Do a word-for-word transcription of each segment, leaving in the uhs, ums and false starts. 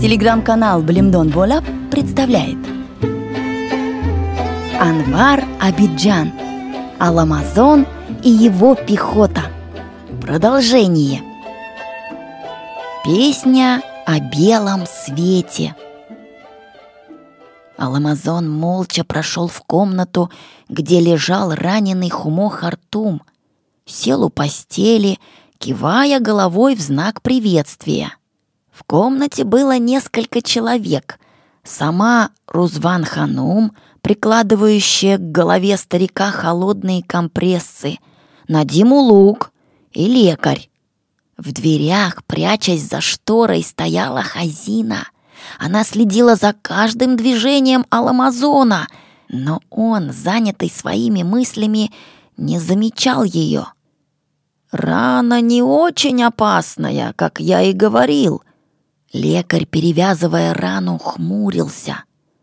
Телеграм-канал Блимдон Болап представляет Анвар Абиджан, Аламазон и его пехота. Продолжение. Песня о белом свете. Аламазон молча прошел в комнату, где лежал раненый Хумо Хартум, сел у постели, кивая головой в знак приветствия. В комнате было несколько человек. Сама Рузван Ханум, прикладывающая к голове старика холодные компрессы, Надим Улук и лекарь. В дверях, прячась за шторой, стояла Хазина. Она следила за каждым движением Аламазона, но он, занятый своими мыслями, не замечал ее. «Рана не очень опасная, как я и говорил». Лекарь, перевязывая рану, хмурился.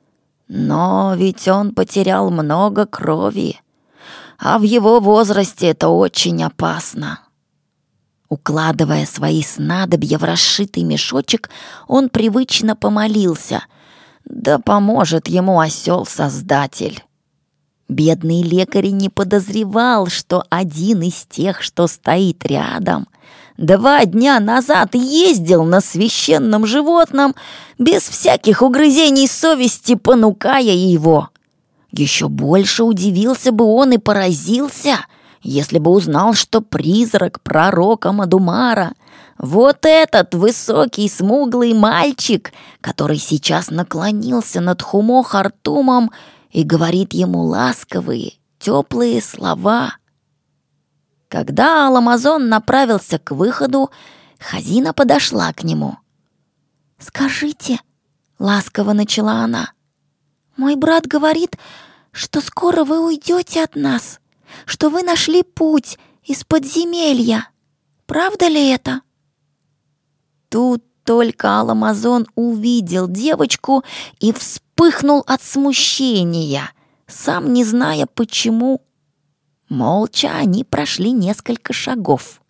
«Но ведь он потерял много крови, а в его возрасте это очень опасно». Укладывая свои снадобья в расшитый мешочек, он привычно помолился: «Да поможет ему осел-создатель». Бедный лекарь не подозревал, что один из тех, что стоит рядом, два дня назад ездил на священном животном, без всяких угрызений совести понукая его. Еще больше удивился бы он и поразился, если бы узнал, что призрак пророка Мадумара — вот этот высокий смуглый мальчик, который сейчас наклонился над Хумо Хартумом и говорит ему ласковые, теплые слова. Когда Аламазон направился к выходу, Хазина подошла к нему. «Скажите», — ласково начала она, — «мой брат говорит, что скоро вы уйдете от нас, что вы нашли путь из подземелья. Правда ли это?» Тут только Аламазон увидел девочку и вспыхнул от смущения, сам не зная почему. Молча они прошли несколько шагов.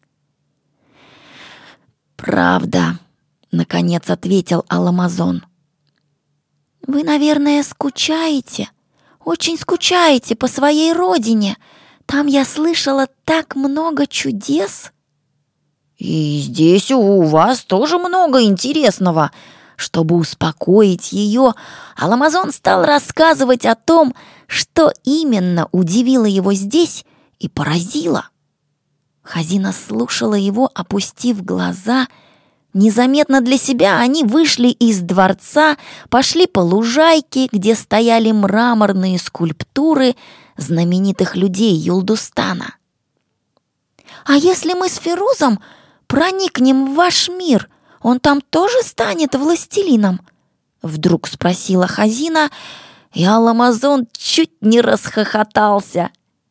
«Правда», — наконец ответил Аламазон. «Вы, наверное, скучаете, очень скучаете по своей родине. Там я слышала так много чудес». «И здесь у вас тоже много интересного». Чтобы успокоить ее, Аламазон стал рассказывать о том, что именно удивило его здесь и поразило. Хазина слушала его, опустив глаза. Незаметно для себя они вышли из дворца, пошли по лужайке, где стояли мраморные скульптуры знаменитых людей Юлдустана. «А если мы с Фирузом проникнем в ваш мир, он там тоже станет властелином?» Вдруг спросила Хазина, и Аламазон чуть не расхохотался.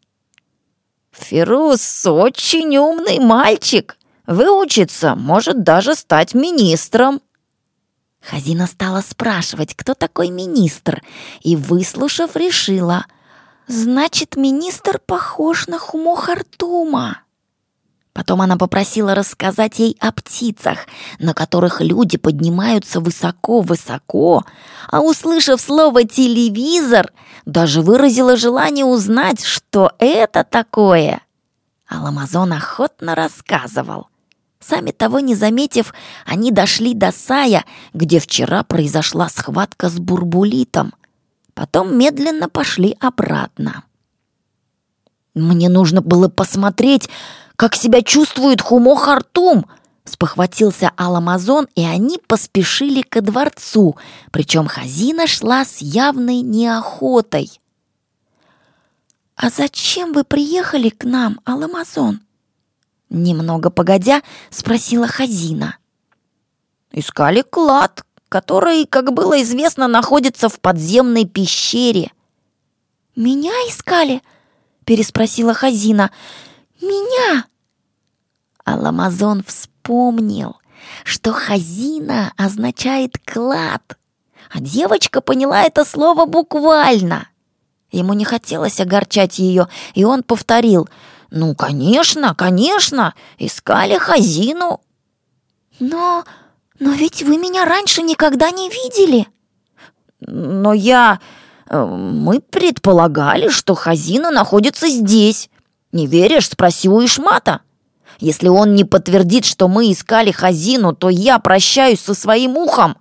«Фируз очень умный мальчик, выучится, может даже стать министром». Хазина стала спрашивать, кто такой министр, и, выслушав, решила: «Значит, министр похож на Хумо Хартума». Потом она попросила рассказать ей о птицах, на которых люди поднимаются высоко-высоко, а, услышав слово «телевизор», даже выразила желание узнать, что это такое. Аламазон охотно рассказывал. Сами того не заметив, они дошли до сая, где вчера произошла схватка с бурбулитом. Потом медленно пошли обратно. «Мне нужно было посмотреть, как себя чувствует Хумо Хартум», — спохватился Аламазон, и они поспешили ко дворцу, причем Хазина шла с явной неохотой. «А зачем вы приехали к нам, Аламазон?» Немного погодя спросила Хазина. «Искали клад, который, как было известно, находится в подземной пещере». «Меня искали?» — переспросила Хазина. «Меня?» Аламазон вспомнил, что Хазина означает «клад», а девочка поняла это слово буквально. Ему не хотелось огорчать ее, и он повторил: «Ну, конечно, конечно, искали Хазину». «Но «Но ведь вы меня раньше никогда не видели». «Но я... Мы предполагали, что Хазина находится здесь. Не веришь? Спроси у Ишмата. Если он не подтвердит, что мы искали Хазину, то я прощаюсь со своим ухом».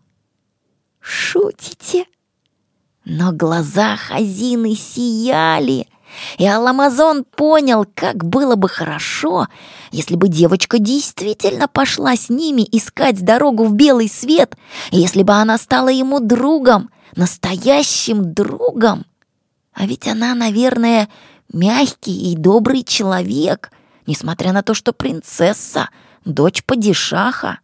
«Шутите?» Но глаза Хазины сияли, и Аламазон понял, как было бы хорошо, если бы девочка действительно пошла с ними искать дорогу в белый свет, и если бы она стала ему другом, настоящим другом. А ведь она, наверное, мягкий и добрый человек, несмотря на то, что принцесса, дочь падишаха.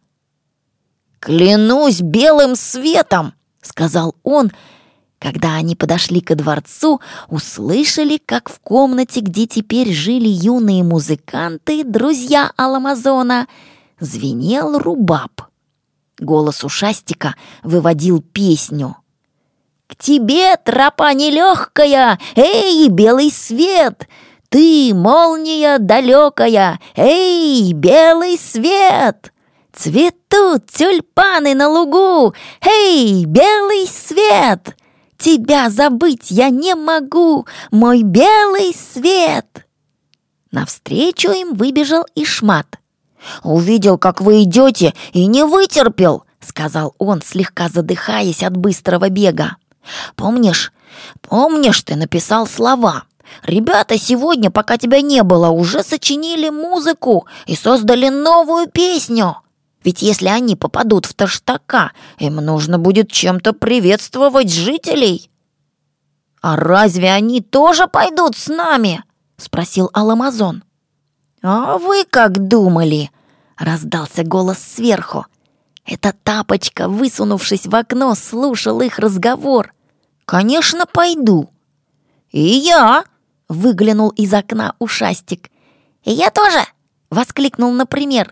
«Клянусь белым светом!» — сказал он. Когда они подошли ко дворцу, услышали, как в комнате, где теперь жили юные музыканты, друзья Аламазона, звенел рубаб. Голос ушастика выводил песню. «К тебе тропа нелегкая, эй, белый свет! Ты, молния далекая, эй, белый свет! Цветут тюльпаны на лугу, эй, белый свет! Тебя забыть я не могу, мой белый свет!» Навстречу им выбежал Ишмат. «Увидел, как вы идете, и не вытерпел», — сказал он, слегка задыхаясь от быстрого бега. «Помнишь, помнишь, ты написал слова? Ребята сегодня, пока тебя не было, уже сочинили музыку и создали новую песню. Ведь если они попадут в Таштака, им нужно будет чем-то приветствовать жителей». «А разве они тоже пойдут с нами?» — спросил Аламазон. «А вы как думали?» — раздался голос сверху. Эта тапочка, высунувшись в окно, слушал их разговор. «Конечно, пойду». «И я!» — выглянул из окна ушастик. «И я тоже!» — воскликнул, например.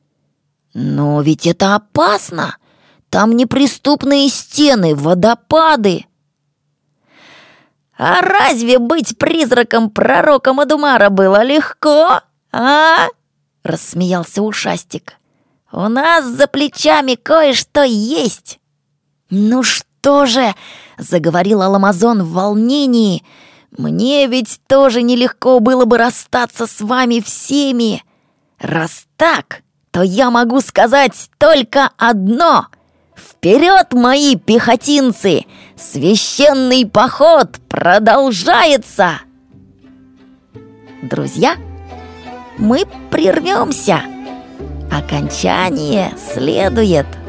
«Но ведь это опасно! Там неприступные стены, водопады!» «А разве быть призраком пророка Мадумара было легко, а?» — рассмеялся ушастик. «У нас за плечами кое-что есть». «Ну что же?» — заговорил Аламазон в волнении. «Мне ведь тоже нелегко было бы расстаться с вами всеми. Раз так, то я могу сказать только одно. Вперед, мои пехотинцы! Священный поход продолжается!» Друзья, мы прервемся. Окончание следует.